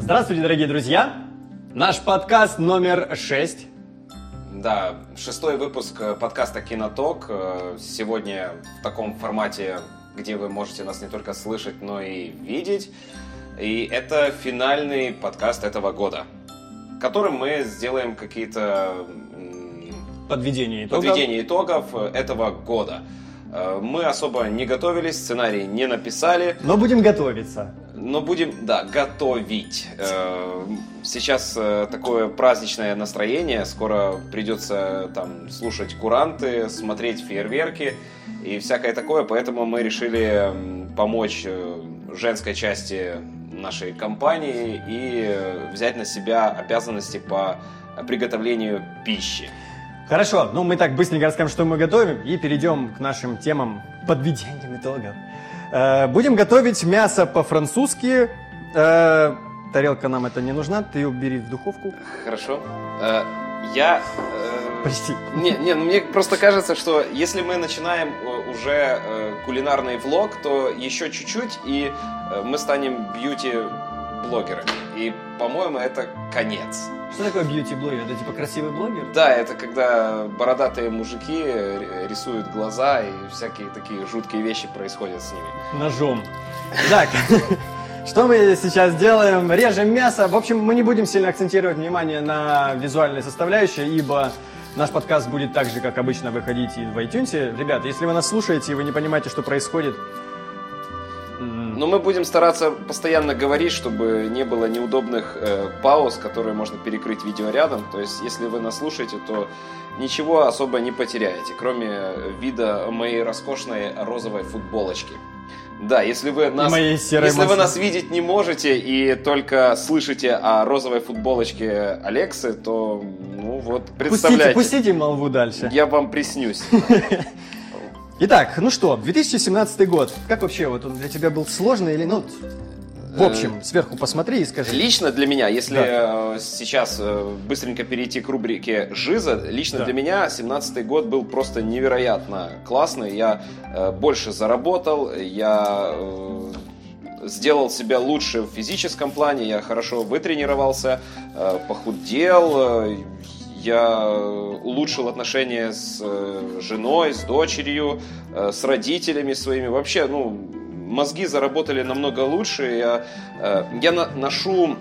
Здравствуйте, дорогие друзья! Наш подкаст номер 6. Да, 6-й выпуск подкаста «Киноток». Сегодня в таком формате, где вы можете нас не только слышать, но и видеть. И это финальный подкаст этого года, которым мы сделаем какие-то Подведение итогов этого года. Мы особо не готовились, сценарий не написали. Но будем готовиться. Но будем, готовить. Сейчас такое праздничное настроение. Скоро придется там слушать куранты, смотреть фейерверки и всякое такое. Поэтому мы решили помочь женской части нашей компании и взять на себя обязанности по приготовлению пищи. Хорошо, мы так быстренько расскажем, что мы готовим, и перейдем к нашим темам подведением итогов. Будем готовить мясо по-французски. Тарелка нам это не нужна, ты ее убери в духовку. Хорошо. Прости. Мне просто кажется, что если мы начинаем уже кулинарный влог, то еще чуть-чуть, и мы станем бьюти-блогерами. И, по-моему, это конец. Что такое бьюти-блогер? Это типа красивый блогер? Да, это когда бородатые мужики рисуют глаза и всякие такие жуткие вещи происходят с ними. Ножом. Так, что мы сейчас делаем? Режем мясо. В общем, мы не будем сильно акцентировать внимание на визуальной составляющей, ибо наш подкаст будет так же, как обычно, выходить и в iTunes. Ребята, если вы нас слушаете и вы не понимаете, что происходит... Но мы будем стараться постоянно говорить, чтобы не было неудобных пауз, которые можно перекрыть видеорядом. То есть, если вы нас слушаете, то ничего особо не потеряете, кроме вида моей роскошной розовой футболочки. Да, если вы нас видеть не можете и только слышите о розовой футболочке Алексы, то, представляете. Пустите молву дальше. Я вам приснюсь. Итак, 2017 год. Как вообще, вот он для тебя был сложный или, в общем, сверху посмотри и скажи. Лично для меня, если сейчас быстренько перейти к рубрике «Жиза», лично для меня 2017 год был просто невероятно классный. Я больше заработал, я сделал себя лучше в физическом плане, я хорошо вытренировался, похудел, я улучшил отношения с женой, с дочерью, с родителями своими. Вообще, мозги заработали намного лучше. Я ношу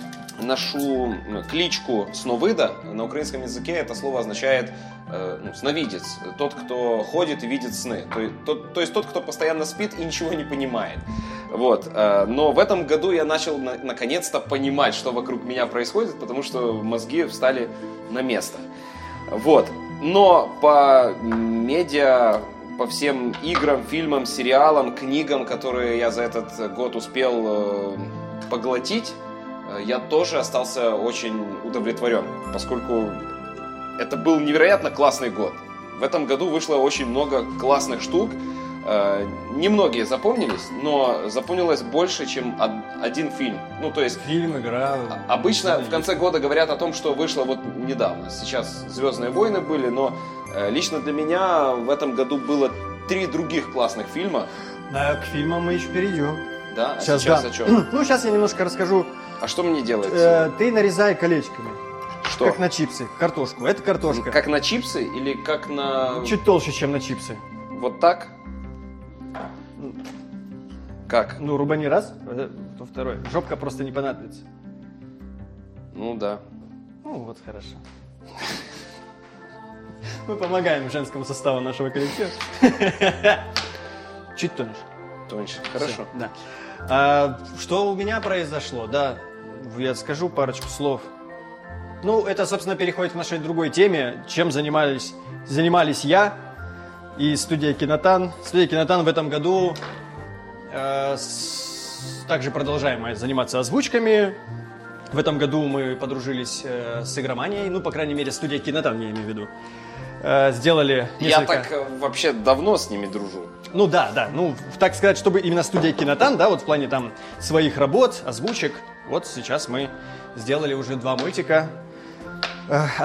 кличку Сновида. На украинском языке это слово означает сновидец. Тот, кто ходит и видит сны. То есть тот, кто постоянно спит и ничего не понимает. Но в этом году я начал наконец-то понимать, что вокруг меня происходит, потому что мозги встали на место. Но по медиа, по всем играм, фильмам, сериалам, книгам, которые я за этот год успел поглотить, я тоже остался очень удовлетворен, поскольку это был невероятно классный год. В этом году вышло очень много классных штук. Немногие запомнились, но запомнилось больше, чем один фильм. Фильм, игра. Обычно в конце года говорят о том, что вышло недавно. Сейчас «Звездные войны» были, но лично для меня в этом году было 3 других классных фильма. Да, к фильмам мы еще перейдем. Да? Сейчас о чем? Сейчас я немножко расскажу. А что мне делать? Ты нарезай колечками. Что? Как на чипсы. Картошку. Это картошка. Как на чипсы или как на... Чуть толще, чем на чипсы. Вот так? Как? Рубани раз, то второй. Жопка просто не понадобится. Да. Хорошо. Мы помогаем женскому составу нашего коллектива. Чуть тоньше. Тоньше, хорошо. Все, да. Что у меня произошло, я скажу парочку слов. Это, собственно, переходит к нашей другой теме, чем занимались я и студия «Кинотан». Студия «Кинотан» в этом году также продолжаем заниматься озвучками. В этом году мы подружились с игроманией, по крайней мере, студия «Кинотан», я имею в виду. Сделали несколько... Я так вообще давно с ними дружу. Да. Так сказать, чтобы именно студия «Кинотан», в плане там своих работ, озвучек. Сейчас мы сделали уже 2 мультика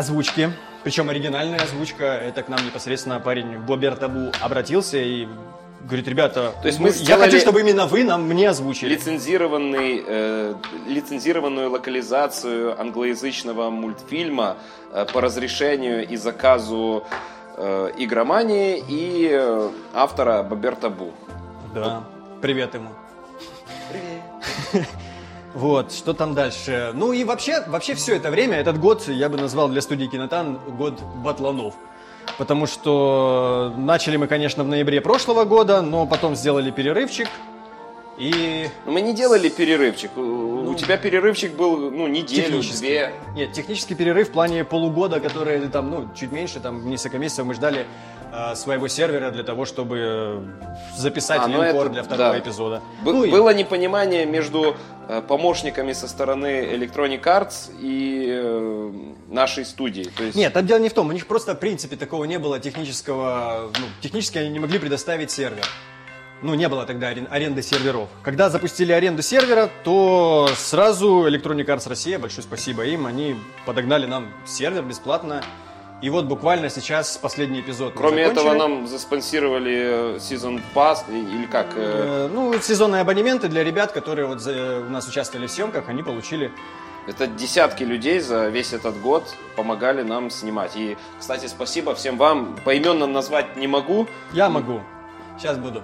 озвучки. Причем оригинальная озвучка. Это к нам непосредственно парень Бобер Табу обратился и говорит, ребята, То есть мы я хочу, чтобы именно вы мне озвучили. Лицензированную локализацию англоязычного мультфильма по разрешению и заказу игромании и автора Боберта Бу. Да, привет ему. Привет. Вот, что там дальше? Ну и вообще все это время, этот год я бы назвал для студии Кинотан год батланов. Потому что начали мы, конечно, в ноябре прошлого года, но потом сделали перерывчик. И... Мы не делали перерывчик. У тебя перерывчик был, неделю, две. Нет, технический перерыв в плане полугода, который там, чуть меньше, там, несколько месяцев мы ждали своего сервера для того, чтобы записать линкор для второго эпизода. Было непонимание между помощниками со стороны Electronic Arts и нашей студии. То есть... Нет, там дело не в том, у них просто в принципе такого не было технического, технически они не могли предоставить сервер. Не было тогда аренды серверов. Когда запустили аренду сервера, то сразу Electronic Arts Россия, большое спасибо им, они подогнали нам сервер бесплатно. И вот буквально сейчас последний эпизод. Кроме этого, нам заспонсировали Season Pass, или как? Сезонные абонементы для ребят, которые вот у нас участвовали в съемках, они получили. Это десятки людей за весь этот год помогали нам снимать. И, кстати, спасибо всем вам. Поименно назвать не могу. Я могу. Сейчас буду.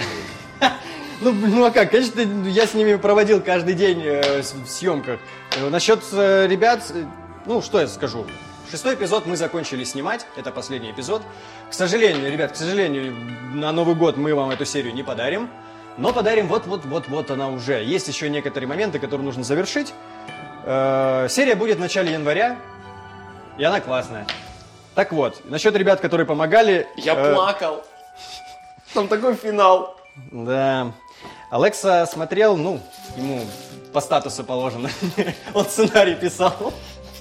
А как? Конечно, я с ними проводил каждый день в съемках. Насчет ребят, что я скажу? 6-й эпизод мы закончили снимать, это последний эпизод. К сожалению, ребят, на Новый год мы вам эту серию не подарим. Но подарим вот она уже. Есть еще некоторые моменты, которые нужно завершить. Серия будет в начале января, и она классная. Так вот, насчет ребят, которые помогали... Я плакал. Там такой финал. Да. Алекса смотрел, ему по статусу положено. Он сценарий писал.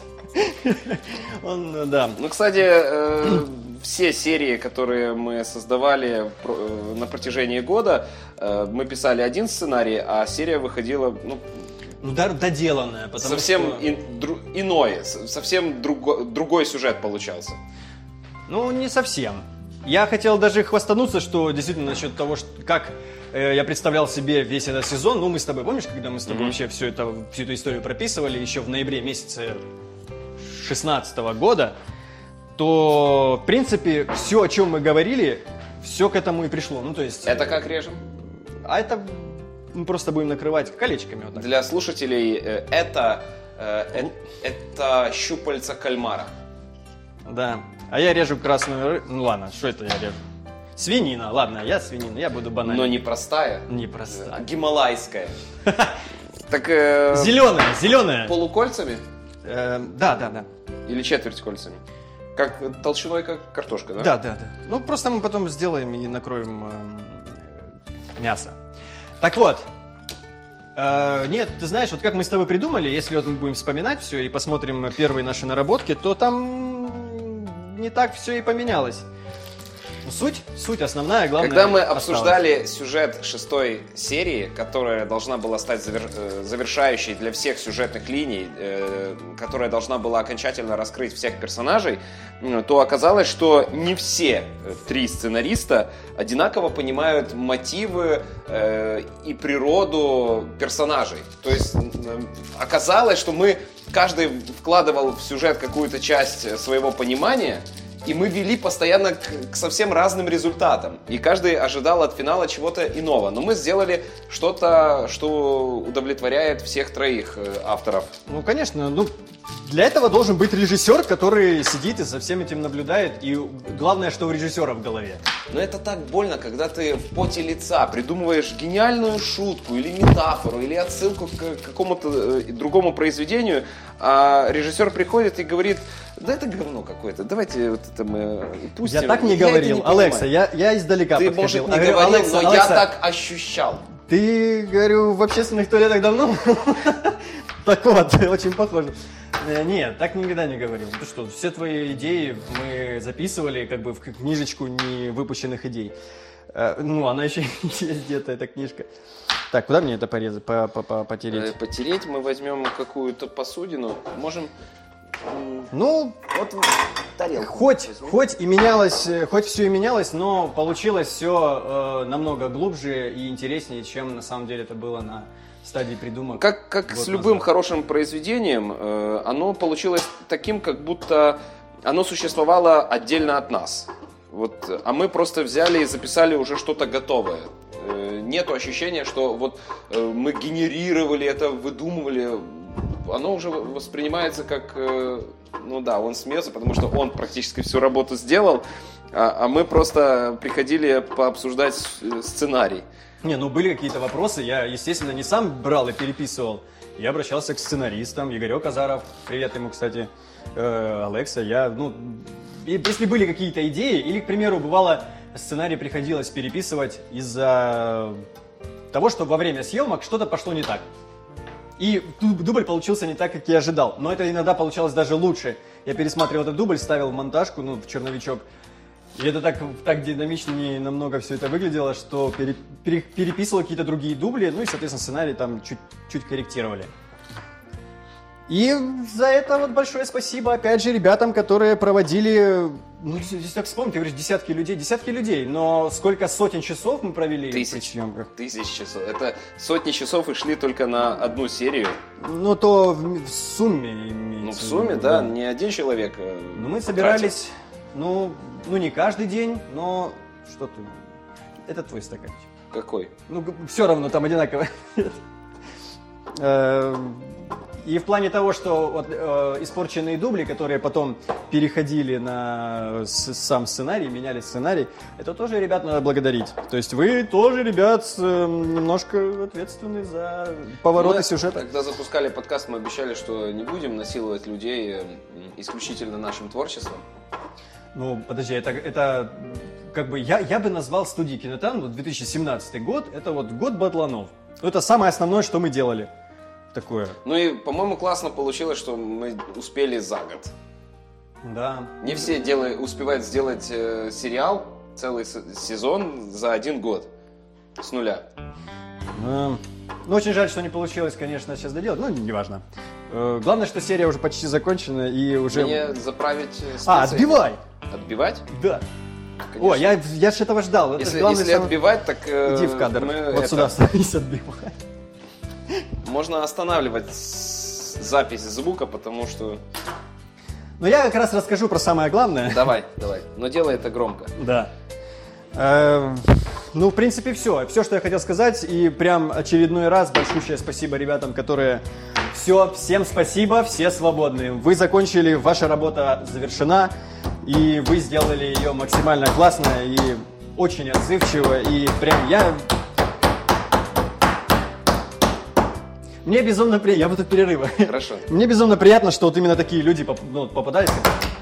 Кстати, все серии, которые мы создавали на протяжении года, мы писали один сценарий, а серия выходила, доделанная, потому совсем иное, совсем другой сюжет получался. Не совсем. Я хотел даже хвастануться, что действительно насчет того, как я представлял себе весь этот сезон. Мы с тобой, помнишь, когда мы с тобой вообще всю эту историю прописывали еще в ноябре месяце 2016 года, то, в принципе, все, о чем мы говорили, все к этому и пришло. То есть... Это как режем? А это мы просто будем накрывать колечками. Вот так. Для слушателей это щупальца кальмара. Да. А я режу красную ладно, что это я режу? Свинина. Ладно, я свинина, я буду банальный. Но не простая. Не простая. Гималайская. Так. Зеленая. Полукольцами? Да. Или четверть кольцами? Как толщиной, как картошка, да? Да. Просто мы потом сделаем и накроем мясо. Так вот. Нет, ты знаешь, вот как мы с тобой придумали, если вот мы будем вспоминать все и посмотрим первые наши наработки, то там не так все и поменялось. Суть основная, главное. Когда мы обсуждали сюжет 6-й серии, которая должна была стать завершающей для всех сюжетных линий, которая должна была окончательно раскрыть всех персонажей, то оказалось, что не все 3 сценариста одинаково понимают мотивы и природу персонажей. То есть оказалось, что каждый вкладывал в сюжет какую-то часть своего понимания, и мы вели постоянно к совсем разным результатам. И каждый ожидал от финала чего-то иного. Но мы сделали что-то, что удовлетворяет всех 3 авторов. Конечно. Для этого должен быть режиссер, который сидит и за всем этим наблюдает. И главное, что у режиссера в голове. Но это так больно, когда ты в поте лица придумываешь гениальную шутку или метафору, или отсылку к какому-то другому произведению, а режиссер приходит и говорит: да это говно какое-то, давайте вот это мы пустим. Я так не говорил, Алекса, я издалека подходил. Ты, может, не говорил, но я так ощущал. Ты, говорю, в общественных туалетах давно? Так вот, очень похоже. Нет, так никогда не говорил. Ты что, все твои идеи мы записывали как бы в книжечку невыпущенных идей. Она еще есть где-то, эта книжка. Так, куда мне это порезать, потереть? Потереть мы возьмем какую-то посудину. Можем Ну, Вот тарелку. хоть все и менялось, но получилось все намного глубже и интереснее, чем на самом деле это было на стадии придумок. Как с любым хорошим произведением, оно получилось таким, как будто оно существовало отдельно от нас. Вот, а мы просто взяли и записали уже что-то готовое. Нету ощущения, что вот мы генерировали это, выдумывали. Оно уже воспринимается как, ну да, он смеется, потому что он практически всю работу сделал, а мы просто приходили пообсуждать сценарий. Не, ну были какие-то вопросы, я, естественно, не сам брал и переписывал. Я обращался к сценаристам, Игорек Азаров, привет ему, кстати, Алекса. Если были какие-то идеи, или, к примеру, бывало, сценарий приходилось переписывать из-за того, что во время съемок что-то пошло не так. И дубль получился не так, как я ожидал. Но это иногда получалось даже лучше. Я пересматривал этот дубль, ставил в монтажку, в черновичок. И это так динамичнее намного все это выглядело, что переписывал какие-то другие дубли. И, соответственно, сценарий там чуть корректировали. И за это вот большое спасибо, опять же, ребятам, которые проводили, здесь так вспомнить, ты говоришь, десятки людей, но сколько сотен часов мы провели при съемках? Тысяч часов. Это сотни часов и шли только на одну серию. То в сумме имеется. В сумме, да, не один человек. Мы собирались, не каждый день, но что ты, это твой стаканчик. Какой? Все равно там одинаково. И в плане того, что испорченные дубли, которые потом переходили на сам сценарий, меняли сценарий, это тоже ребят надо благодарить. То есть вы тоже, ребят, немножко ответственны за повороты сюжета. Когда запускали подкаст, мы обещали, что не будем насиловать людей исключительно нашим творчеством. Подожди, это как бы я бы назвал студии Кинотан 2017 год, это вот год батланов. Это самое основное, что мы делали. Такое. И, по-моему, классно получилось, что мы успели за год. Да. Не все успевают сделать сериал, целый сезон за 1 год. С нуля. Очень жаль, что не получилось, конечно, сейчас доделать, но неважно. Главное, что серия уже почти закончена и уже... Мне заправить специи. Отбивай! Отбивать? Да. Конечно. я же этого ждал. Если отбивать, так... Иди в кадр. Сюда становись, отбивай. Можно останавливать запись звука, потому что... Я как раз расскажу про самое главное. Давай. Но делай это громко. Да. В принципе, все. Все, что я хотел сказать. И прям очередной раз большущее спасибо ребятам, которые... Всем спасибо, все свободны. Вы закончили, ваша работа завершена. И вы сделали ее максимально классно и очень отзывчиво. И прям Мне безумно приятно, я буду перерыва. Хорошо. Мне безумно приятно, что вот именно такие люди попадались.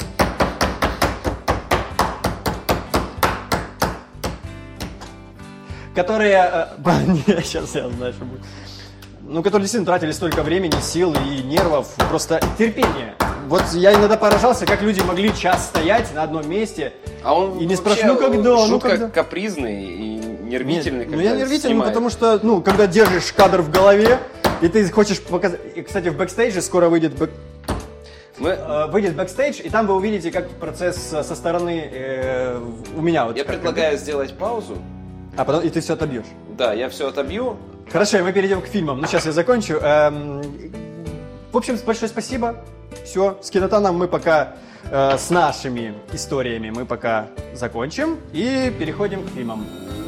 Которые, сейчас я знаю, что будет. Которые действительно тратили столько времени, сил и нервов, просто терпения. Вот я иногда поражался, как люди могли час стоять на одном месте и не спрашивать, когда. Жутко капризный и нервительный. Я нервительный, потому что, когда держишь кадр в голове, и ты хочешь показать... И, кстати, в бэкстейдже скоро выйдет бэкстейдж, и там вы увидите, как процесс со стороны у меня. Я предлагаю сделать паузу. А потом и ты все отобьешь. Да, я все отобью. Хорошо, и мы перейдем к фильмам. Сейчас я закончу. В общем, большое спасибо. Все, с Кинотаном мы пока с нашими историями мы пока закончим и переходим к фильмам.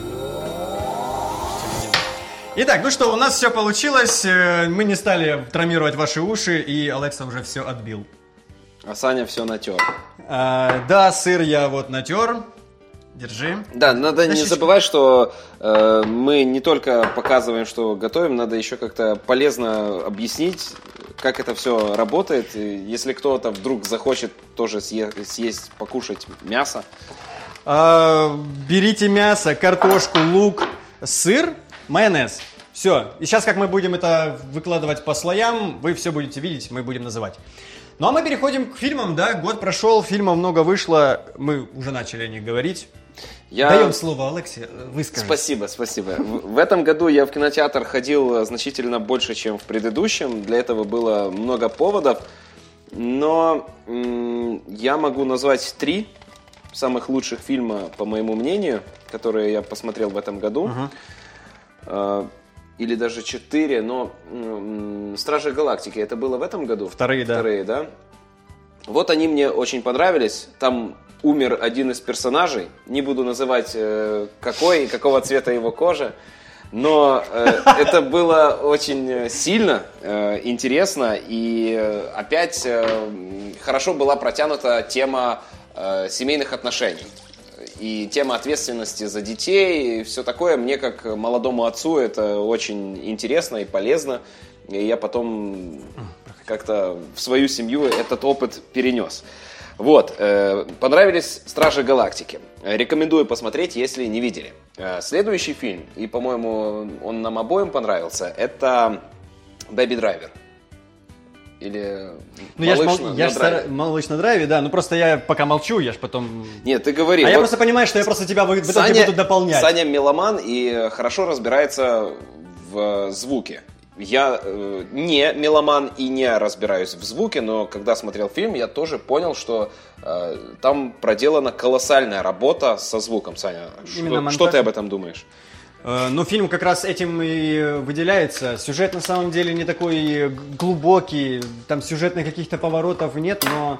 Итак, у нас все получилось. Мы не стали травмировать ваши уши, и Алекса уже все отбил. А Саня все натер. Да, сыр я натер. Держи. Да, надо не забывать, что мы не только показываем, что готовим, надо еще как-то полезно объяснить, как это все работает. И если кто-то вдруг захочет тоже съесть, покушать мясо. Берите мясо, картошку, лук, сыр, майонез. Все. И сейчас, как мы будем это выкладывать по слоям, вы все будете видеть, мы будем называть. Ну а мы переходим к фильмам, да, год прошел, фильмов много вышло, мы уже начали о них говорить. Даем слово Алексе, выскажи. Спасибо. В этом году я в кинотеатр ходил значительно больше, чем в предыдущем. Для этого было много поводов. Но я могу назвать 3 самых лучших фильма, по моему мнению, которые я посмотрел в этом году. Или даже 4, но «Стражи Галактики» это было в этом году? Вторые, да. Вот они мне очень понравились. Там умер один из персонажей. Не буду называть какой и какого цвета его кожа. Но это было очень сильно, интересно. И опять хорошо была протянута тема семейных отношений. И тема ответственности за детей, и все такое. Мне, как молодому отцу, это очень интересно и полезно. И я потом как-то в свою семью этот опыт перенес. Вот. Понравились «Стражи Галактики». Рекомендую посмотреть, если не видели. Следующий фильм, и, по-моему, он нам обоим понравился, это «Бэби Драйвер». Или «Малыш на драйве», да. Ну просто я пока молчу, я ж потом... Нет, ты говори. Я просто понимаю, что я просто тебя в итоге буду дополнять. Саня меломан и хорошо разбирается в звуке. Я не меломан и не разбираюсь в звуке, но когда смотрел фильм, я тоже понял, что там проделана колоссальная работа со звуком. Саня, что ты об этом думаешь? Ну, фильм как раз этим и выделяется. Сюжет на самом деле не такой глубокий, там сюжетных каких-то поворотов нет, но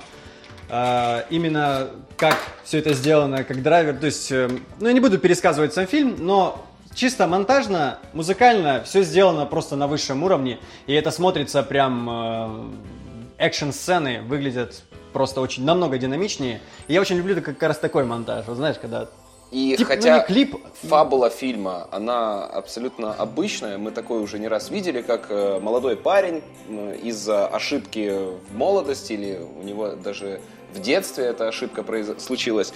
именно как все это сделано, как драйвер, то есть, ну, я не буду пересказывать сам фильм, но чисто монтажно, музыкально все сделано просто на высшем уровне, и это смотрится прям, экшн-сцены выглядят просто очень намного динамичнее, и я очень люблю как раз такой монтаж, вот знаешь, когда... И хотя фабула фильма, она абсолютно обычная, мы такое уже не раз видели, как молодой парень из-за ошибки в молодости, или у него даже в детстве эта ошибка случилась,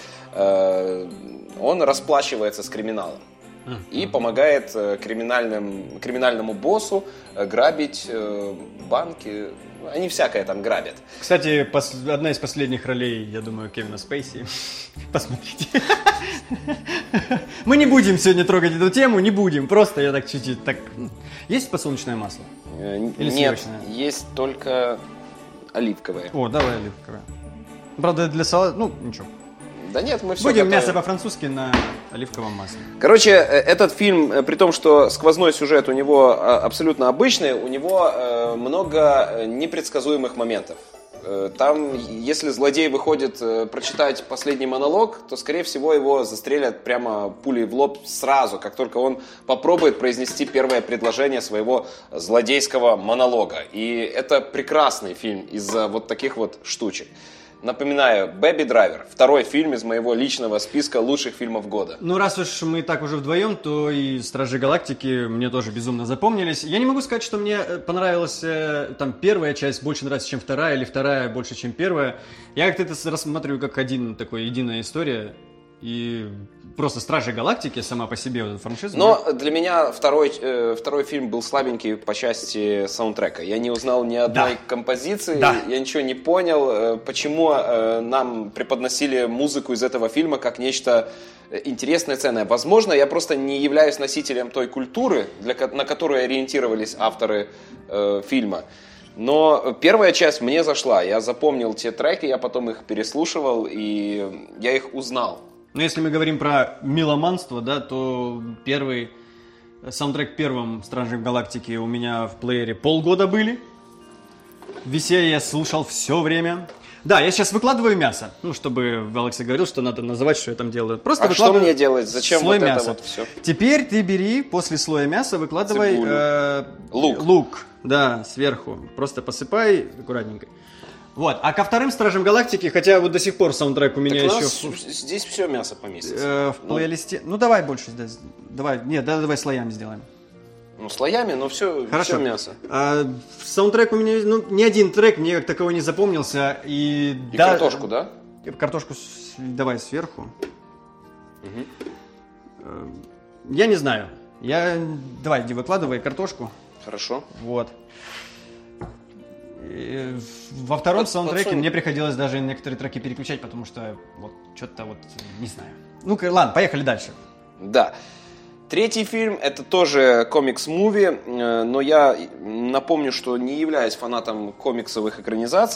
он расплачивается с криминалом и помогает криминальному боссу грабить банки. Они всякое там грабят. Кстати, одна из последних ролей, я думаю, Кевина Спейси. Посмотрите. Мы не будем сегодня трогать эту тему, не будем. Просто я так чуть-чуть так... Есть подсолнечное масло? Или нет, есть только оливковое. О, давай оливковое. Правда, для салата... Ну, ничего. Да нет, мы все будем готовим. Мясо по-французски на оливковом масле. Короче, этот фильм, при том, что сквозной сюжет у него абсолютно обычный, у него много непредсказуемых моментов. Там, если злодей выходит прочитать последний монолог, то, скорее всего, его застрелят прямо пулей в лоб сразу, как только он попробует произнести первое предложение своего злодейского монолога. И это прекрасный фильм из-за вот таких вот штучек. Напоминаю, «Бэби Драйвер» – второй фильм из моего личного списка лучших фильмов года. Ну, раз уж мы так уже вдвоем, то и «Стражи Галактики» мне тоже безумно запомнились. Я не могу сказать, что мне понравилась там первая часть больше нравится, чем вторая, или вторая больше, чем первая. Я как-то это рассматриваю как один такой единая история. И просто «Стражи Галактики» сама по себе, вот эта франшиза. Но для меня второй фильм был слабенький по части саундтрека. Я не узнал ни одной композиции, я ничего не понял, почему нам преподносили музыку из этого фильма как нечто интересное, ценное. Возможно, я просто не являюсь носителем той культуры, на которую ориентировались авторы фильма. Но первая часть мне зашла. Я запомнил те треки, я потом их переслушивал, и я их узнал. Но если мы говорим про меломанство, да, то первый саундтрек первым «Стражей Галактики» у меня в плеере полгода были. Веселье я слушал все время. Да, я сейчас выкладываю мясо. Ну, чтобы Алекс говорил, что надо называть, что я там делаю. Просто что мне делать? Зачем слой вот мяса. это вот все? Теперь ты бери после слоя мяса, выкладывай лук. Да, сверху. Просто посыпай аккуратненько. Вот, а ко вторым «Стражам Галактики», хотя вот до сих пор саундтрек у меня еще... Здесь все мясо поместится. В плейлисте... Ну, давай больше. Давай слоями сделаем. Ну, слоями, но все мясо. Саундтрек у меня... Ну, ни один трек мне как таковой не запомнился. И картошку, да? Картошку давай сверху. Я не знаю. Давай, выкладывай картошку. Хорошо. Вот. Во втором саундтреке мне приходилось даже некоторые треки переключать, потому что вот что-то вот не знаю. Ну, ладно, поехали дальше. Да. Третий фильм — это тоже комикс-муви, но я напомню, что не являюсь фанатом комиксовых экранизаций.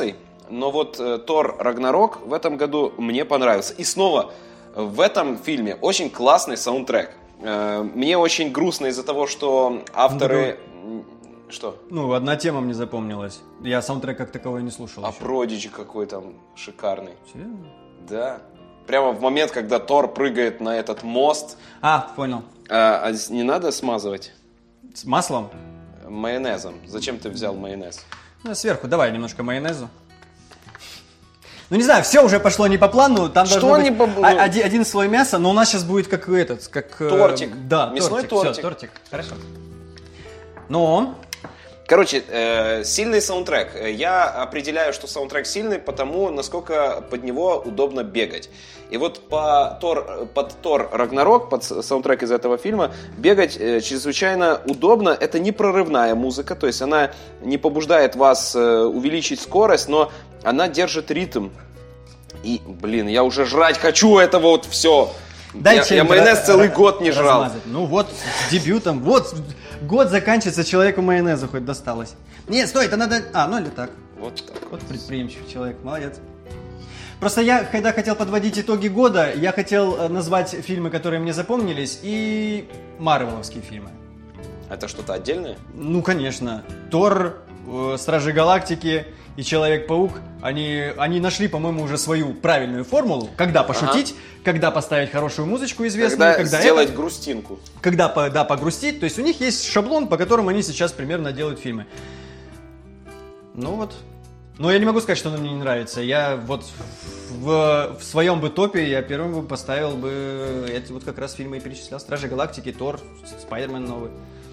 но вот Тор Рагнарок в этом году мне понравился. И снова, в этом фильме очень классный саундтрек. Мне очень грустно из-за того, что авторы... Что? Ну, одна тема мне запомнилась. Я саундтрек как таковой не слушал. А Продиджи какой там шикарный. Серьезно? Да. Прямо в момент, когда Тор прыгает на этот мост. Понял. А не надо смазывать? С маслом? Майонезом. Зачем ты взял майонез? Ну, сверху давай немножко майонезу. Ну, не знаю, все уже пошло не по плану. Там Что должен не быть по... один слой мяса, но у нас сейчас будет как этот, как... Тортик. Да, мясной тортик. Все, тортик. Хорошо. Но... Короче, сильный саундтрек. Я определяю, что саундтрек сильный, потому насколько под него удобно бегать. И вот под Тор Рагнарок, под саундтрек из этого фильма, бегать чрезвычайно удобно. Это не прорывная музыка, то есть она не побуждает вас увеличить скорость, но она держит ритм. И, блин, я уже жрать хочу этого вот все. Я майонез целый год не жрал. Размазать. Ну вот, с дебютом, вот, год заканчивается, человеку майонеза хоть досталось. Нет, стой, это надо... ну или так. Вот так. Вот предприимчивый человек, молодец. Просто я, когда хотел подводить итоги года, я хотел назвать фильмы, которые мне запомнились, и марвеловские фильмы. Это что-то отдельное? Ну, конечно. Тор, Стражи Галактики и Человек-паук, они нашли, по-моему, уже свою правильную формулу. Когда пошутить, когда поставить хорошую музычку известную, когда сделать грустинку. Когда погрустить. То есть у них есть шаблон, по которому они сейчас примерно делают фильмы. Ну вот. Но я не могу сказать, что он мне не нравится. Я вот в своем бы топе я первым бы поставил бы эти вот как раз фильмы и перечислял. Стражи Галактики, Тор, Спайдермен новый.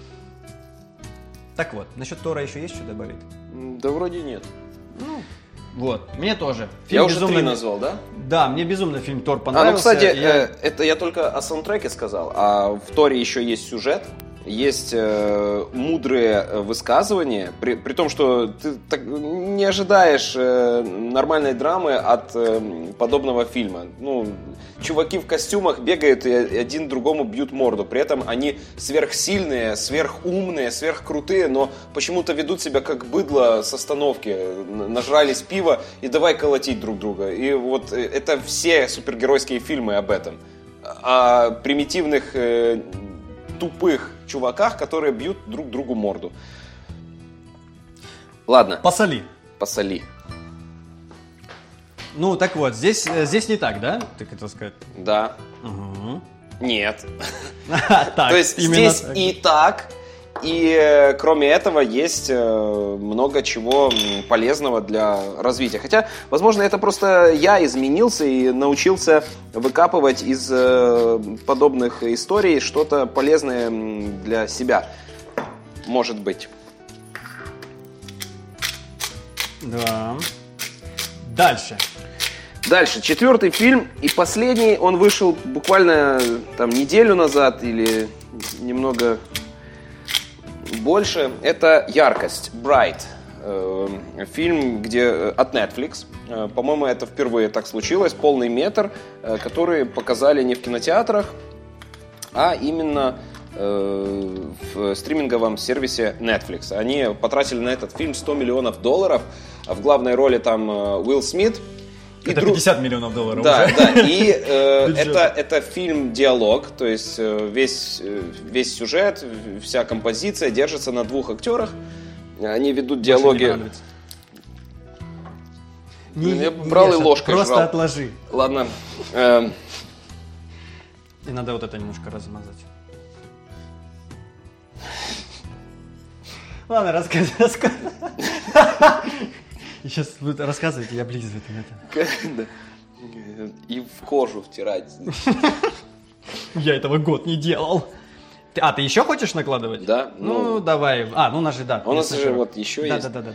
Так вот, насчет Тора еще есть что добавить? Да вроде нет. Ну, вот, мне тоже. Фильм я уже 3 назвал, да? Да, мне безумно фильм Тор понравился. Ну, кстати, это я только о саундтреке сказал, а в Торе еще есть сюжет, есть мудрые высказывания, при том, что ты так не ожидаешь нормальной драмы от подобного фильма. Ну, чуваки в костюмах бегают и один другому бьют морду. При этом они сверхсильные, сверхумные, сверхкрутые, но почему-то ведут себя как быдло с остановки. Нажрались пива и давай колотить друг друга. И вот это все супергеройские фильмы об этом. О примитивных, тупых чуваках, которые бьют друг другу морду. Ладно. Посоли. Ну, так вот, здесь не так, да? Ты хотел сказать? Да. Угу. Нет. То есть здесь и так, и кроме этого есть много чего полезного для развития. Хотя, возможно, это просто я изменился и научился выкапывать из подобных историй что-то полезное для себя. Может быть. Да. Дальше, 4-й фильм и последний, он вышел буквально там неделю назад или немного больше. Это «Яркость», «Bright». Фильм, где от Netflix. По-моему, это впервые так случилось. Полный метр, который показали не в кинотеатрах, а именно в стриминговом сервисе Netflix. Они потратили на этот фильм $100 миллионов. В главной роли там Уилл Смит. Это $50 миллионов уже. Да. И это фильм-диалог, то есть весь сюжет, вся композиция держится на 2 актерах. Они ведут диалоги. Я брал и ложкой просто жрал. Отложи. Ладно. И надо вот это немножко размазать. Ладно, рассказывай. Сейчас будет рассказывать, и облизывать это. И в кожу втирать. Я этого год не делал. Ты еще хочешь накладывать? Да. Ну, давай. У нас же, да. У нас же вот еще есть. Да.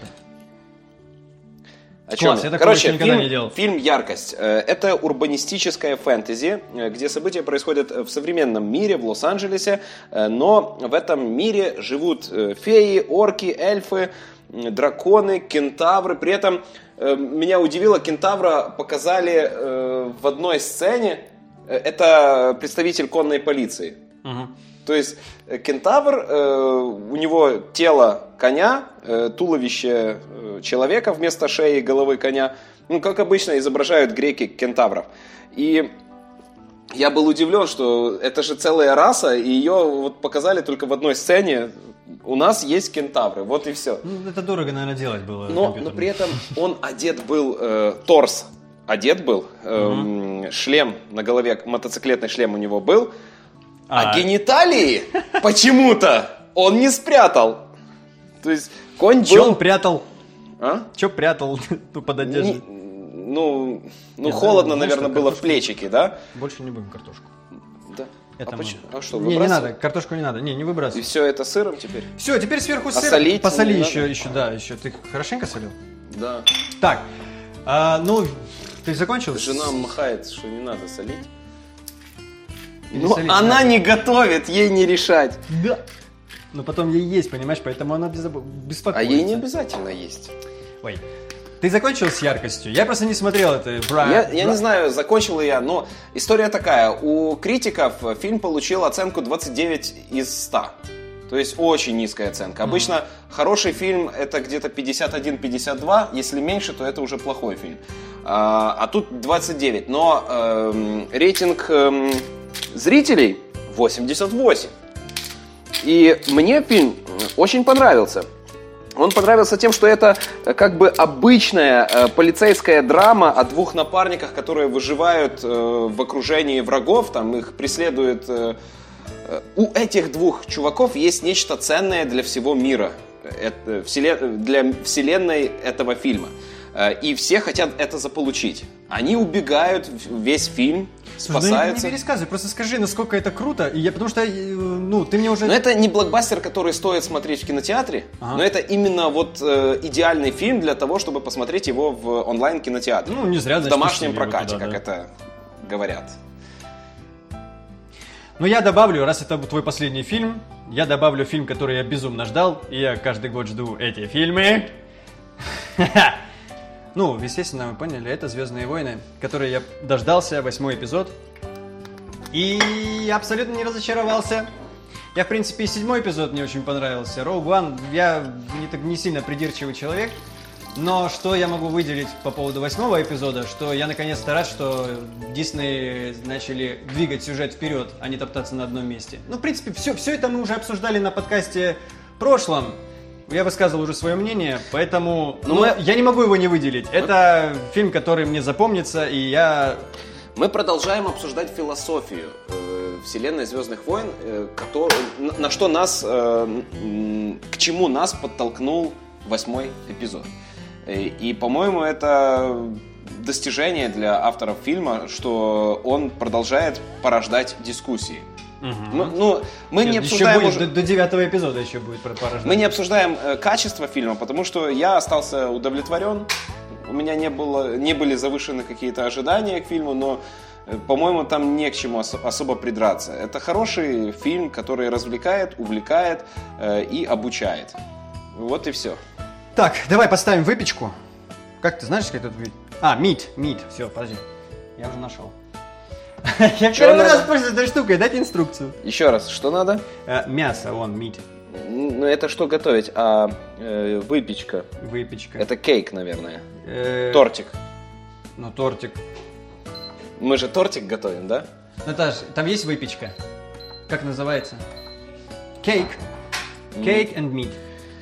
О чем? Класс, я такого еще никогда не делал. Фильм «Яркость». Это урбанистическое фэнтези, где события происходят в современном мире, в Лос-Анджелесе, но в этом мире живут феи, орки, эльфы, драконы, кентавры. При этом меня удивило, кентавра показали в одной сцене. Это представитель конной полиции. Угу. То То есть кентавр, у него тело коня, туловище человека вместо шеи и головы коня. Ну, как обычно изображают греки кентавров. И я был удивлен, что это же целая раса, и ее вот показали только в одной сцене. У нас есть кентавры, вот и все. Ну, это дорого, наверное, делать было. Но при этом он одет был, торс одет был, шлем на голове, мотоциклетный шлем у него был, а гениталии почему-то он не спрятал. То есть конь был... Чё он прятал? А? Чё прятал под одеждой? Ну, холодно, наверное, было в плечике, да? Больше не будем картошку. Да. Это А что, не надо, картошку не надо, не выбрасывай. И все это сыром теперь? Все, теперь сверху сыр. Солить посоли еще, да, еще. Ты хорошенько солил? Да. Так, ну, ты закончил? Жена махает, что не надо солить. Или Ну, солить она надо? не готовит, ей не решать. Да. Но потом ей есть, понимаешь, поэтому она беспокоится. А ей не обязательно есть. Ой. Ты закончил с яркостью? Я просто не смотрел это. Я не знаю, закончил ли я, но история такая. У критиков фильм получил оценку 29 из 100. То есть очень низкая оценка. Обычно хороший фильм это где-то 51-52. Если меньше, то это уже плохой фильм. А тут 29. Но рейтинг зрителей 88. И мне фильм очень понравился. Он понравился тем, что это как бы обычная полицейская драма о двух напарниках, которые выживают в окружении врагов, там их преследует... У этих двух чуваков есть нечто ценное для всего мира, для вселенной этого фильма. И все хотят это заполучить. Они убегают весь фильм, спасаются. Не пересказывай, просто скажи, насколько это круто. Потому что, ты мне уже... Но это не блокбастер, который стоит смотреть в кинотеатре, но это именно вот идеальный фильм для того, чтобы посмотреть его в онлайн-кинотеатре. Ну, не зря, в домашнем прокате, как это говорят. Ну, я добавлю, раз это твой последний фильм, я добавлю фильм, который я безумно ждал, и я каждый год жду эти фильмы. Ну, естественно, вы поняли, это «Звездные войны», которые я дождался, 8-й эпизод. И абсолютно не разочаровался. Я, в принципе, и 7-й эпизод мне очень понравился. Rogue One, я не сильно придирчивый человек. Но что я могу выделить по поводу 8-го эпизода, что я наконец-то рад, что Дисней начали двигать сюжет вперед, а не топтаться на одном месте. Ну, в принципе, все это мы уже обсуждали на подкасте прошлом. Я высказывал уже свое мнение, поэтому я не могу его не выделить. Это фильм, который мне запомнится, и я... Мы продолжаем обсуждать философию вселенной «Звездных войн», на что нас, к чему нас подтолкнул 8-й эпизод. И, по-моему, это достижение для авторов фильма, что он продолжает порождать дискуссии. Угу. Мы не обсуждаем уже... До 9-го эпизода еще будет порождать. Мы не обсуждаем качество фильма, потому что я остался удовлетворен. У меня не были завышены какие-то ожидания к фильму, но, по-моему, там не к чему особо придраться. Это хороший фильм, который развлекает, увлекает и обучает. Вот и все. Так, давай поставим выпечку. Как ты знаешь, как это выпечка? Meat. Все, подожди. Я уже нашел. Я первый раз пользуюсь этой штукой, дайте инструкцию. Еще раз, что надо? Мясо, meat. Ну это что готовить? Выпечка. Выпечка. Это кейк, наверное. Тортик. Ну, тортик. Мы же тортик готовим, да? Наташ, там есть выпечка? Как называется? Кейк. Cake and meat.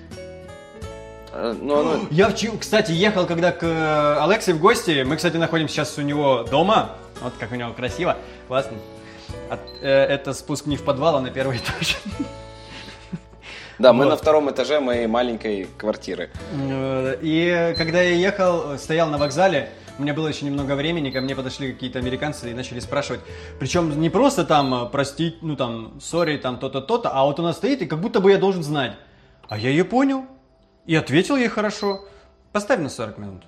Я, кстати, ехал когда к Алексе в гости. Мы, кстати, находимся сейчас у него дома. Вот как у него красиво, классно. Это спуск не в подвал, а на первый этаж. Да, мы на втором этаже моей маленькой квартиры. И когда я ехал, стоял на вокзале, у меня было еще немного времени, ко мне подошли какие-то американцы и начали спрашивать. Причем не просто там, простить, сори, там то-то, то-то, а вот она стоит, и как будто бы я должен знать. А я ее понял. И ответил ей хорошо. Поставь на 40 минут.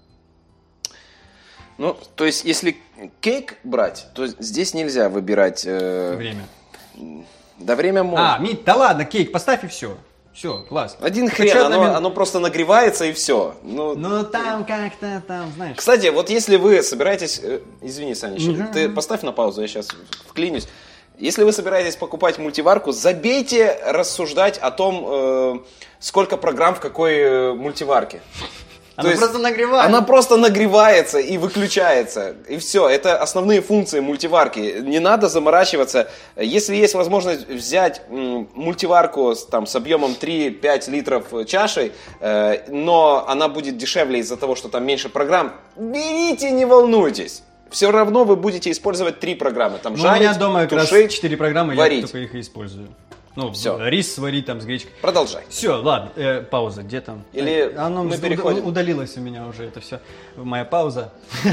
Ну, то есть, если кейк брать, то здесь нельзя выбирать... Время. Да, время можно. Да ладно, кейк, поставь и все. Все, класс. Один хрен, оно просто нагревается и все. Ну, там как-то, знаешь... Кстати, вот если вы собираетесь... Извини, Саня, ты поставь на паузу, я сейчас вклинюсь. Если вы собираетесь покупать мультиварку, забейте рассуждать о том, сколько программ в какой мультиварке. Она просто нагревается. Она просто нагревается и выключается. И все. Это основные функции мультиварки. Не надо заморачиваться. Если есть возможность взять мультиварку с объемом 3-5 литров чашей, но она будет дешевле из-за того, что там меньше программ, берите, не волнуйтесь. Все равно вы будете использовать 3 программы. Там жарить, у меня дома как тушить, раз 4 программы, варить. я только их и использую. Всё. Рис сварить там с гречкой. Продолжай. Все, ладно, пауза, где там? Или Оно мы переходим? удалилось у меня уже это все, моя пауза.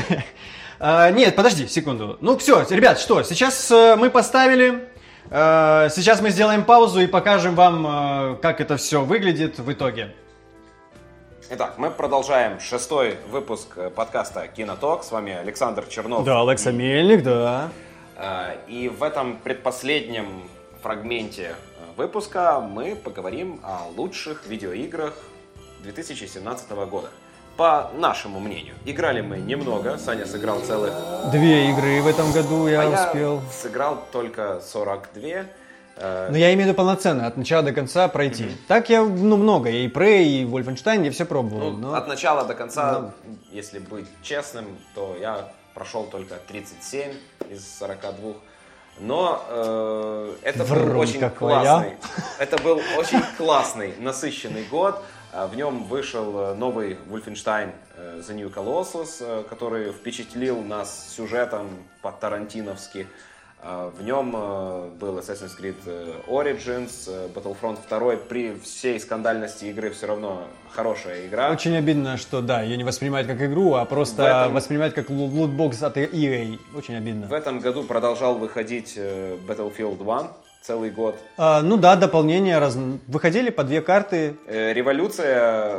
Нет, подожди секунду. Ну все, ребят, что, сейчас мы поставили, сейчас мы сделаем паузу и покажем вам, как это все выглядит в итоге. Итак, мы продолжаем 6-й выпуск подкаста «Киноток». С вами Александр Чернов. Да, Алекса Мельник, да. И в этом предпоследнем фрагменте выпуска мы поговорим о лучших видеоиграх 2017 года. По нашему мнению. Играли мы немного. Саня сыграл целых... 2 игры в этом году я успел. Я сыграл только 42. Но я имею в виду полноценно, от начала до конца пройти. Так я, много, я и Prey, и Wolfenstein, я все пробовал. Но... От начала до конца, если быть честным, то я прошел только 37 из 42. Но это был очень классный. Это был очень классный, насыщенный год. В нем вышел новый Wolfenstein The New Colossus, который впечатлил нас сюжетом по-тарантиновски. В нем был Assassin's Creed Origins, Battlefront 2. При всей скандальности игры все равно хорошая игра. Очень обидно, что ее не воспринимают как игру, а просто воспринимают как лутбокс от EA. Очень обидно. В этом году продолжал выходить Battlefield 1 целый год. Дополнения выходили по 2 карты. Революция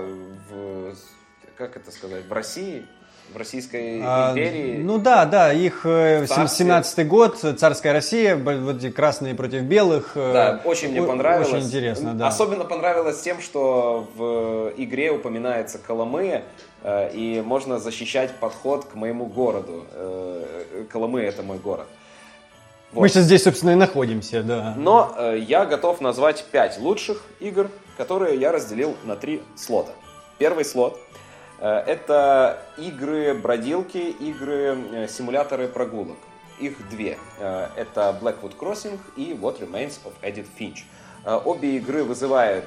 в России. В Российской империи. Их 17-й год, царская Россия, вот эти красные против белых. Да, очень мне понравилось. Очень интересно, да. Особенно понравилось тем, что в игре упоминается Коломыя, и можно защищать подход к моему городу. Коломыя — это мой город. Вот. Мы сейчас здесь, собственно, и находимся, да. Но я готов назвать 5 лучших игр, которые я разделил на 3 слота. Первый слот — это игры-бродилки, игры-симуляторы прогулок. Их 2. Это Blackwood Crossing и What Remains of Edith Finch. Обе игры вызывают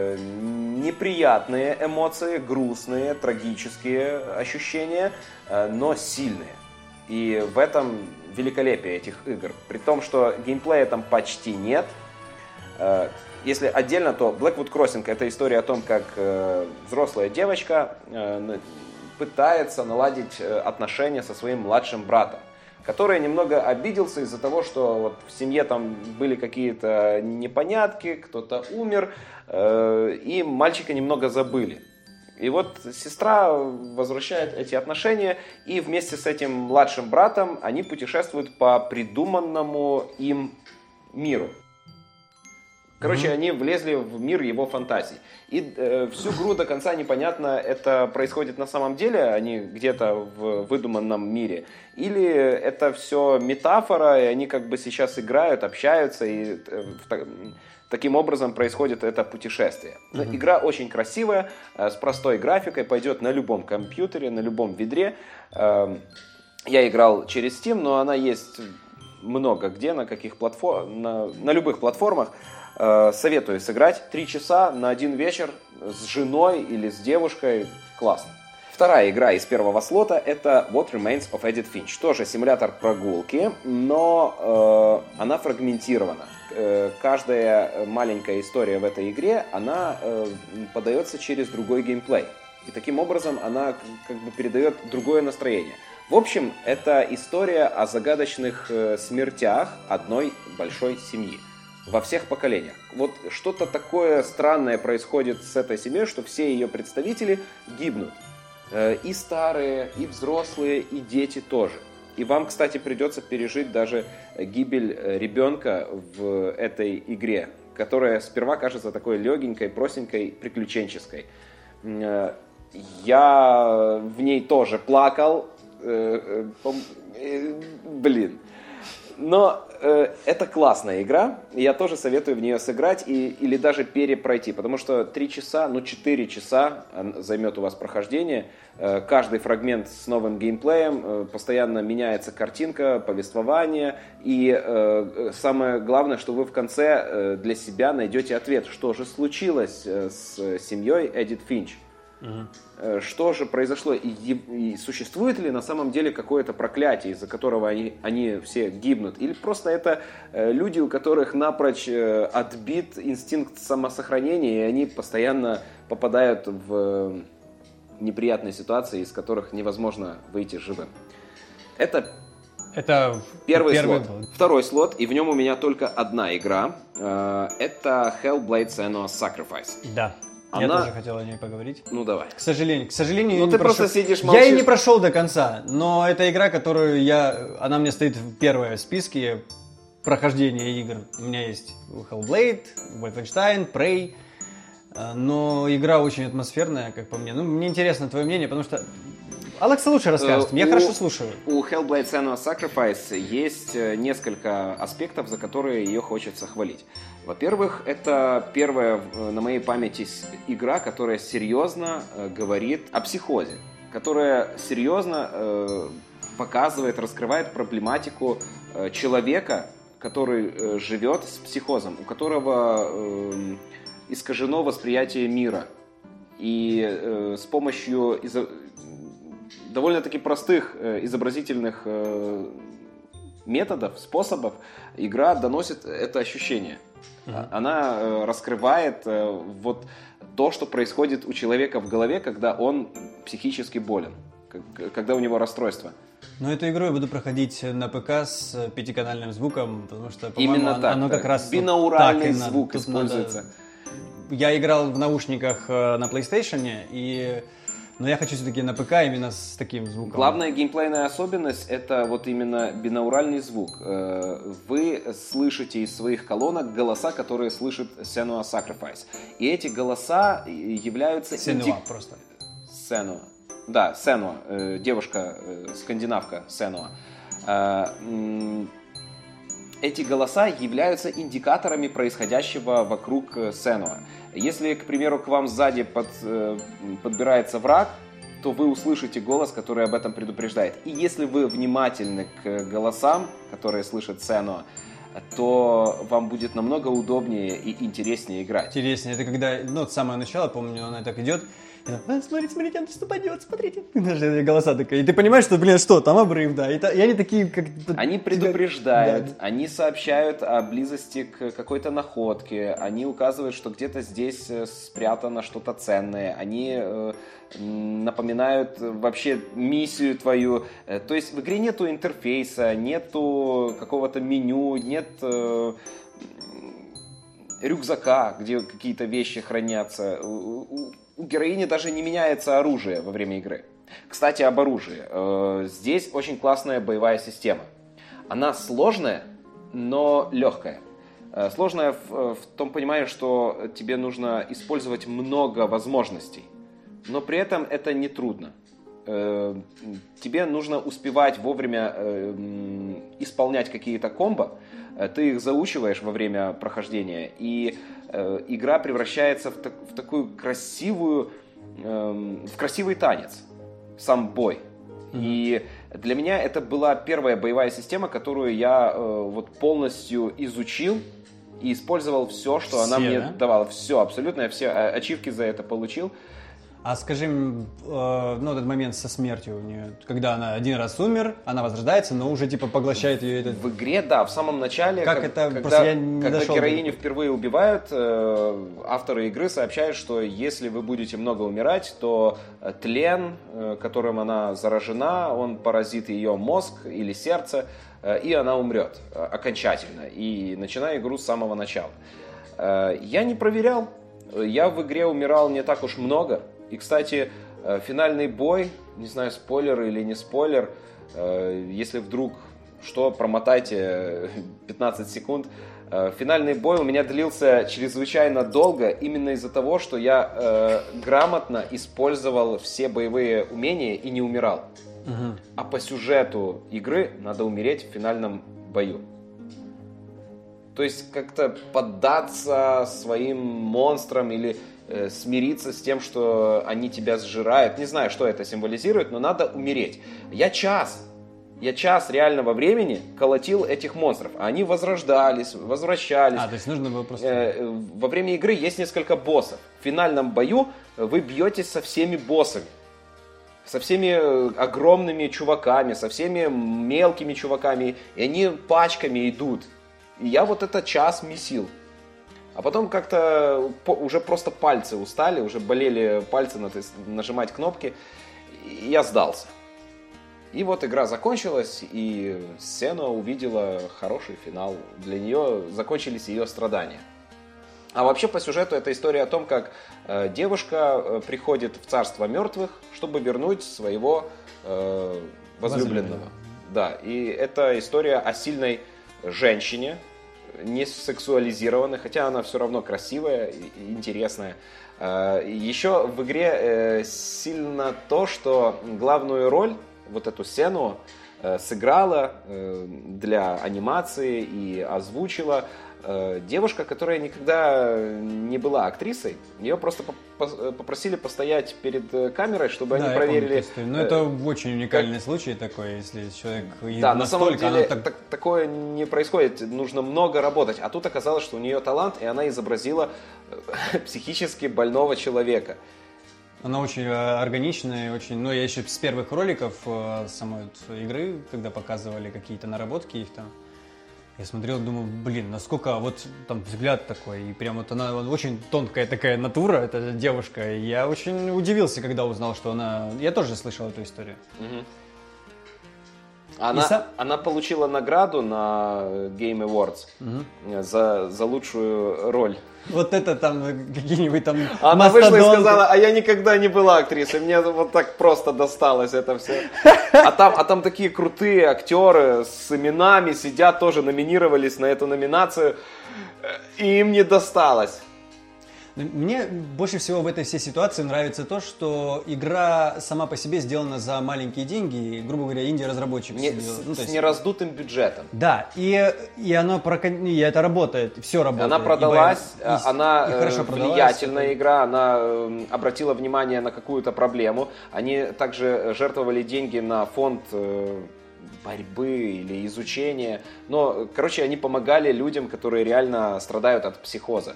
неприятные эмоции, грустные, трагические ощущения, но сильные. И в этом великолепие этих игр. При том, что геймплея там почти нет. Если отдельно, то Blackwood Crossing — это история о том, как взрослая девочка пытается наладить отношения со своим младшим братом, который немного обиделся из-за того, что в семье там были какие-то непонятки, кто-то умер, и мальчика немного забыли. И вот сестра возвращает эти отношения, и вместе с этим младшим братом они путешествуют по придуманному им миру. Короче, они влезли в мир его фантазий. И всю игру до конца непонятно, это происходит на самом деле, они где-то в выдуманном мире, или это все метафора, и они как бы сейчас играют, общаются, и таким образом происходит это путешествие. Но игра очень красивая, с простой графикой, пойдет на любом компьютере, на любом ведре. Я играл через Steam, но она есть много где, на любых платформах. Советую сыграть 3 часа на один вечер с женой или с девушкой. Классно. Вторая игра из первого слота — это What Remains of Edith Finch. Тоже симулятор прогулки, но она фрагментирована. Каждая маленькая история в этой игре, она подается через другой геймплей. И таким образом она как бы передает другое настроение. В общем, это история о загадочных смертях одной большой семьи. Во всех поколениях. Вот что-то такое странное происходит с этой семьей, что все ее представители гибнут. И старые, и взрослые, и дети тоже. И вам, кстати, придется пережить даже гибель ребенка в этой игре, которая сперва кажется такой легенькой, простенькой, приключенческой. Я в ней тоже плакал. Но это классная игра, и я тоже советую в нее сыграть или даже перепройти, потому что 3 часа, 4 часа займет у вас прохождение. Каждый фрагмент с новым геймплеем, постоянно меняется картинка, повествование, и самое главное, что вы в конце для себя найдете ответ, что же случилось с семьей Эдит Финч. Что же произошло и существует ли на самом деле какое-то проклятие, из-за которого они все гибнут, или просто это люди, у которых напрочь отбит инстинкт самосохранения, и они постоянно попадают в неприятные ситуации, из которых невозможно выйти живым. Это первый слот. Второй слот, и в нем у меня только одна игра. Это Hellblade: Senua's Sacrifice. Да. Я тоже хотел о ней поговорить. Ну давай. К сожалению, я ты не просто прошел. сидишь, молчишь. Я и не прошел до конца, но это игра, которую она мне стоит первая в списке прохождения игр. У меня есть Hellblade, Wolfenstein, Prey, но игра очень атмосферная, как по мне. Ну, мне интересно твое мнение, потому что Алекса лучше расскажет, я хорошо слушаю. У Hellblade: Senua's Sacrifice есть несколько аспектов, за которые ее хочется хвалить. Во-первых, это первая на моей памяти игра, которая серьезно говорит о психозе, которая серьезно показывает, раскрывает проблематику человека, который живет с психозом, у которого искажено восприятие мира. И с помощью довольно-таки простых изобразительных методов, способов игра доносит это ощущение. Она раскрывает вот то, что происходит у человека в голове, когда он психически болен, когда у него расстройство. Но эту игру я буду проходить на ПК с 5-канальным звуком, потому что, по-моему, именно так, оно как раз бинауральный так звук используется. Я играл в наушниках на PlayStation, но я хочу все-таки на ПК именно с таким звуком. Главная геймплейная особенность — это вот именно бинауральный звук. Вы слышите из своих колонок голоса, которые слышит Senua's Sacrifice. И эти голоса являются... Senua просто. Senua. Да, Senua. Девушка, скандинавка Senua. Эти голоса являются индикаторами происходящего вокруг Senua. Если, к примеру, к вам сзади подбирается враг, то вы услышите голос, который об этом предупреждает. И если вы внимательны к голосам, которые слышит Senua, то вам будет намного удобнее и интереснее играть. Интереснее. Это когда, с самого начала, помню, она так идет. Смотрите, он что пойдет, смотрите. Даже голоса такие. И ты понимаешь, что, там обрыв, да. И они такие, как... Они предупреждают, они сообщают о близости к какой-то находке, они указывают, что где-то здесь спрятано что-то ценное, они напоминают вообще миссию твою. То есть в игре нету интерфейса, нету какого-то меню, нет рюкзака, где какие-то вещи хранятся. У героини даже не меняется оружие во время игры. Кстати, об оружии. Здесь очень классная боевая система. Она сложная, но легкая. Сложная в том понимании, что тебе нужно использовать много возможностей, но при этом это не трудно. Тебе нужно успевать вовремя исполнять какие-то комбо, ты их заучиваешь во время прохождения, и игра превращается в такую красивый танец, сам бой. И для меня это была первая боевая система, которую я вот полностью изучил и использовал все, что она мне давала. Все, абсолютно, я все ачивки за это получил. А скажи, этот момент со смертью у нее, когда она один раз умер, она возрождается, но уже типа поглощает ее этот... В игре, да, в самом начале, когда героиню впервые убивают, авторы игры сообщают, что если вы будете много умирать, то тлен, которым она заражена, он поразит ее мозг или сердце, и она умрет окончательно, и начиная игру с самого начала. Я не проверял, я в игре умирал не так уж много. И, кстати, финальный бой, не знаю, спойлер или не спойлер, если вдруг что, промотайте 15 секунд. Финальный бой у меня длился чрезвычайно долго, именно из-за того, что я грамотно использовал все боевые умения и не умирал. А по сюжету игры надо умереть в финальном бою. То есть как-то поддаться своим монстрам или смириться с тем, что они тебя сжирают. Не знаю, что это символизирует, но надо умереть. Я час реального времени колотил этих монстров. Они возрождались, возвращались. То есть нужно было просто... Во время игры есть несколько боссов. В финальном бою вы бьетесь со всеми боссами. Со всеми огромными чуваками, со всеми мелкими чуваками. И они пачками идут. И я вот это час месил. А потом как-то уже просто пальцы устали, уже болели пальцы нажимать кнопки. И я сдался. И вот игра закончилась, и Сенуа увидела хороший финал. Для нее закончились ее страдания. А вообще по сюжету это история о том, как девушка приходит в царство мертвых, чтобы вернуть своего возлюбленного. Да, и это история о сильной женщине, не сексуализированной, хотя она все равно красивая и интересная. Еще в игре сильно то, что главную роль, вот эту Сенуа, сыграла для анимации и озвучила девушка, которая никогда не была актрисой. Ее просто попросили постоять перед камерой, чтобы они проверили... Но это очень уникальный случай такой, если человек... Да, на самом деле такое не происходит. Нужно много работать. А тут оказалось, что у нее талант, и она изобразила психически больного человека. Она очень органичная, очень... Ну, я еще с первых роликов самой игры, когда показывали какие-то наработки их там, я смотрел, думаю, блин, насколько вот там взгляд такой, и прям вот она очень тонкая такая натура, эта девушка. И я очень удивился, когда узнал, что она... Я тоже слышал эту историю. Угу. Она получила награду на Game Awards за лучшую роль. Вот это там какие-нибудь там Она вышла и сказала, а я никогда не была актрисой, мне вот так просто досталось это все. А там такие крутые актеры с именами сидят, тоже номинировались на эту номинацию, и им не досталось. Мне больше всего в этой всей ситуации нравится то, что игра сама по себе сделана за маленькие деньги, и, грубо говоря, инди-разработчик. С нераздутым бюджетом. Да, и это работает, все работает. Она продалась, она влиятельная игра, она обратила внимание на какую-то проблему. Они также жертвовали деньги на фонд борьбы или изучения. Но, короче, они помогали людям, которые реально страдают от психоза.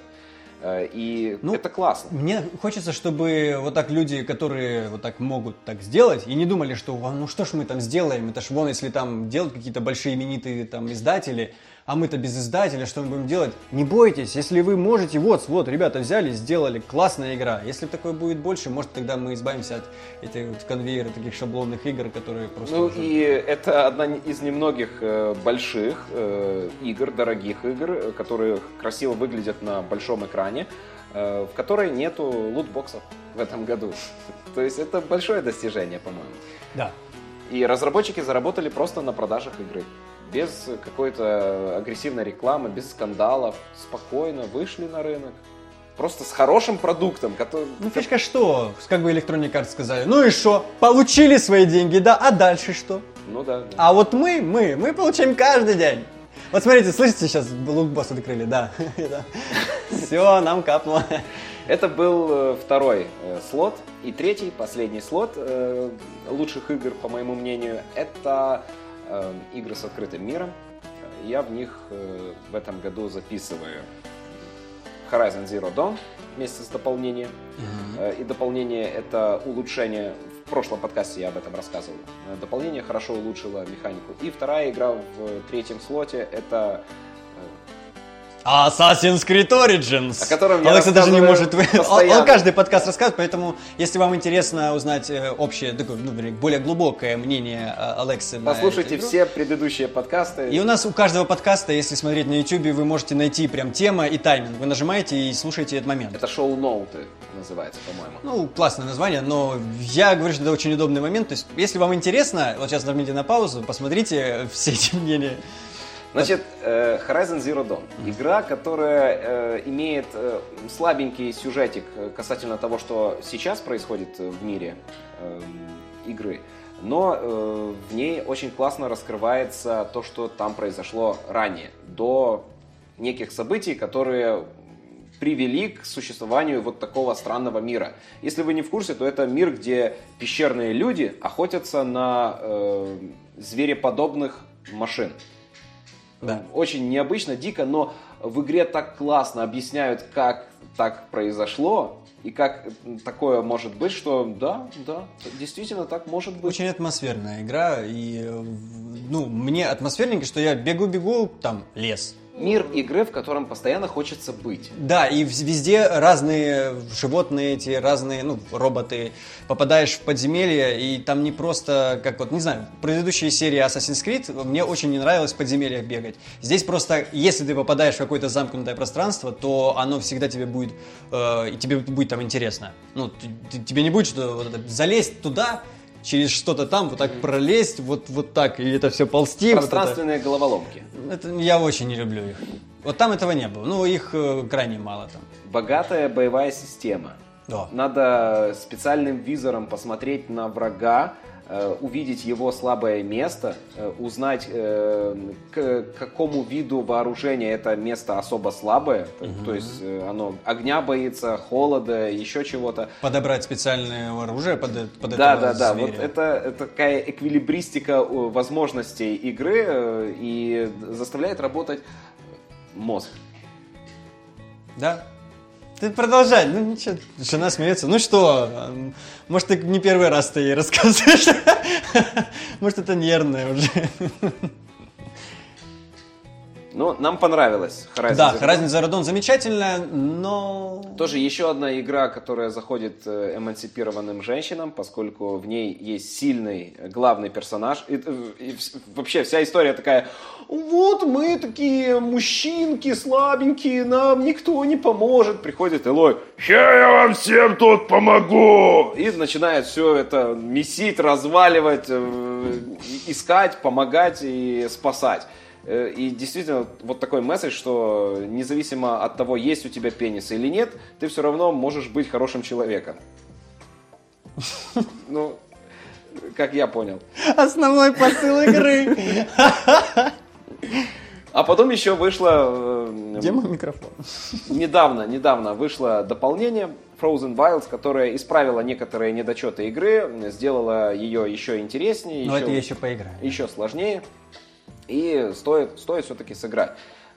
И это классно. Мне хочется, чтобы вот так люди, которые вот так могут так сделать, и не думали, что ну что ж мы там сделаем, это ж вон, если там делают какие-то большие именитые там издатели, а мы-то без издателя, что мы будем делать? Не бойтесь, если вы можете, вот, ребята взяли, сделали, классная игра. Если такое будет больше, может тогда мы избавимся от этих вот конвейера таких шаблонных игр, которые просто... Ну и это одна из немногих больших игр, дорогих игр, которые красиво выглядят на большом экране, в которой нету лутбоксов в этом году. То есть это большое достижение, по-моему. Да. И разработчики заработали просто на продажах игры. Без какой-то агрессивной рекламы, без скандалов, спокойно вышли на рынок. Просто с хорошим продуктом, который... Ну, фишка что? Как бы Electronic Arts сказали, ну и что? Получили свои деньги, да, а дальше что? Ну да. А вот мы получаем каждый день. Вот смотрите, слышите, сейчас лутбокс открыли, да. Все, нам капнуло. Это был второй слот. И третий, последний слот лучших игр, по моему мнению, это игры с открытым миром. Я в них в этом году записываю Horizon Zero Dawn вместе с дополнением. И дополнение — это улучшение. В прошлом подкасте я об этом рассказывал. Дополнение хорошо улучшило механику. И вторая игра в третьем слоте — это Assassin's Creed Origins. О котором я Алекса даже не может... постоянно. Он каждый подкаст рассказывает, поэтому, если вам интересно узнать общее, такое, более глубокое мнение Алексы... Послушайте все предыдущие подкасты. И у нас у каждого подкаста, если смотреть на YouTube, вы можете найти прям тема и тайминг. Вы нажимаете и слушаете этот момент. Это шоу-ноуты называется, по-моему. Ну, классное название, но я говорю, что это очень удобный момент. То есть, если вам интересно, вот сейчас нажмите на паузу, посмотрите все эти мнения. Значит, Horizon Zero Dawn. Игра, которая имеет слабенький сюжетик касательно того, что сейчас происходит в мире игры. но в ней очень классно раскрывается то, что там произошло ранее, до неких событий, которые привели к существованию вот такого странного мира. Если вы не в курсе, то это мир, где пещерные люди охотятся на звереподобных машин. Да. Очень необычно, дико, но в игре так классно объясняют, как так произошло и как такое может быть, что да, действительно так может быть. Очень атмосферная игра, и мне атмосферненько, что я бегу, там лес. Мир игры, в котором постоянно хочется быть. Да, и везде разные животные эти, разные, роботы. Попадаешь в подземелье, и там не просто, как не знаю, в предыдущей серии Assassin's Creed мне очень не нравилось в подземельях бегать. Здесь просто, если ты попадаешь в какое-то замкнутое пространство, то оно всегда тебе будет, и тебе будет там интересно. Тебе не будет, что залезть туда, через что-то там, вот так пролезть, вот так, и это все ползти. Пространственные головоломки. Я очень не люблю их. Вот там этого не было. Их крайне мало там. Богатая боевая система. Да. Надо специальным визором посмотреть на врага, увидеть его слабое место, узнать, к какому виду вооружения это место особо слабое, то есть оно огня боится, холода, еще чего-то. Подобрать специальное оружие под этого Да, зверя. вот это такая эквилибристика возможностей игры и заставляет работать мозг. Да. Ты продолжай, ничего, жена смеется. Может, ты не первый раз ей рассказываешь. Может, это нервное уже. Нам понравилось Horizon Да, Zero Dawn. Horizon Zero Dawn замечательная, но... Тоже еще одна игра, которая заходит эмансипированным женщинам, поскольку в ней есть сильный главный персонаж. И вообще вся история такая: вот мы такие мужчинки слабенькие, нам никто не поможет. Приходит Элой: ща я вам всем тут помогу! И начинает все это месить, разваливать, искать, помогать и спасать. И действительно, вот такой месседж, что независимо от того, есть у тебя пенис или нет, ты все равно можешь быть хорошим человеком. Как я понял. Основной посыл игры. А потом еще вышло... Где мой микрофон? Недавно вышло дополнение Frozen Wilds, которое исправило некоторые недочеты игры, сделало ее еще интереснее, Но это я еще поиграю. Еще сложнее. И стоит все-таки сыграть.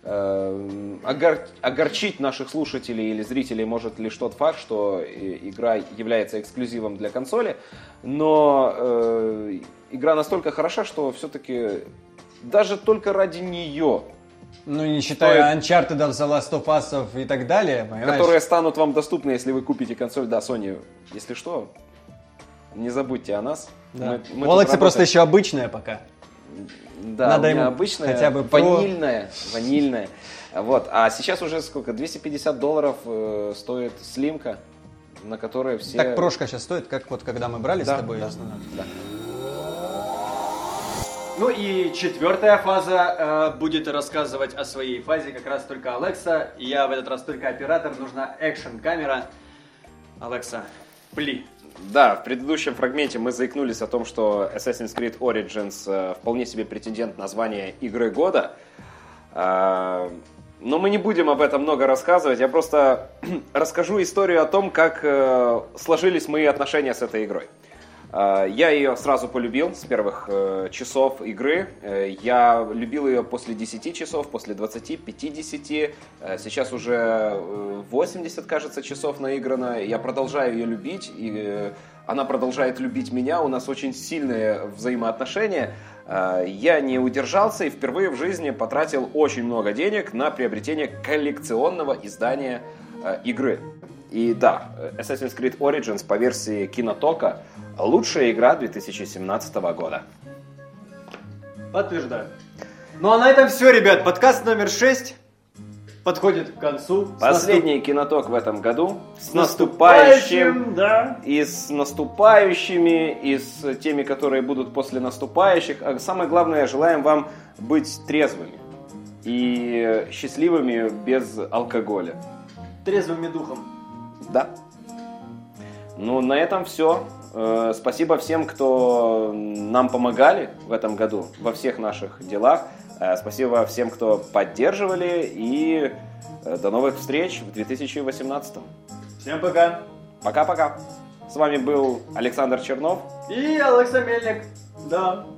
Огорчить наших слушателей или зрителей может лишь тот факт, что игра является эксклюзивом для консоли, но игра настолько хороша, что все-таки даже только ради нее, не считая Uncharted, The Last of Us и так далее, понимаешь? Которые станут вам доступны, если вы купите консоль. Да, Sony, если что, не забудьте о нас. Да. У Алекса просто еще обычная пока. Да, надо у меня ему обычная, хотя бы ванильная. Вот. А сейчас уже сколько? $250 стоит слимка, на которой все... Так прошка сейчас стоит, как когда мы брали с тобой. Да. И четвертая фаза будет рассказывать о своей фазе как раз только Алекса. Я в этот раз только оператор, нужна экшн-камера. Алекса, пли. Да, в предыдущем фрагменте мы заикнулись о том, что Assassin's Creed Origins вполне себе претендент на звание игры года. Но мы не будем об этом много рассказывать. Я просто расскажу историю о том, как сложились мои отношения с этой игрой. Я ее сразу полюбил с первых часов игры. Я любил ее после 10 часов, после 20, 50. Сейчас уже 80, кажется, часов наиграно. Я продолжаю ее любить, и она продолжает любить меня. У нас очень сильные взаимоотношения. Я не удержался и впервые в жизни потратил очень много денег на приобретение коллекционного издания игры. И да, Assassin's Creed Origins по версии Кинотока лучшая игра 2017 года. Подтверждаю. А на этом все, ребят. Подкаст номер 6 подходит к концу. Последний Киноток в этом году. С наступающим! Да. И с наступающими, и с теми, которые будут после наступающих. А самое главное, желаем вам быть трезвыми и счастливыми без алкоголя. Трезвыми духом. Да. На этом все. Спасибо всем, кто нам помогали в этом году во всех наших делах. Спасибо всем, кто поддерживали. И до новых встреч в 2018. Всем пока. Пока-пока. С вами был Александр Чернов и Алекса Мельник. Да.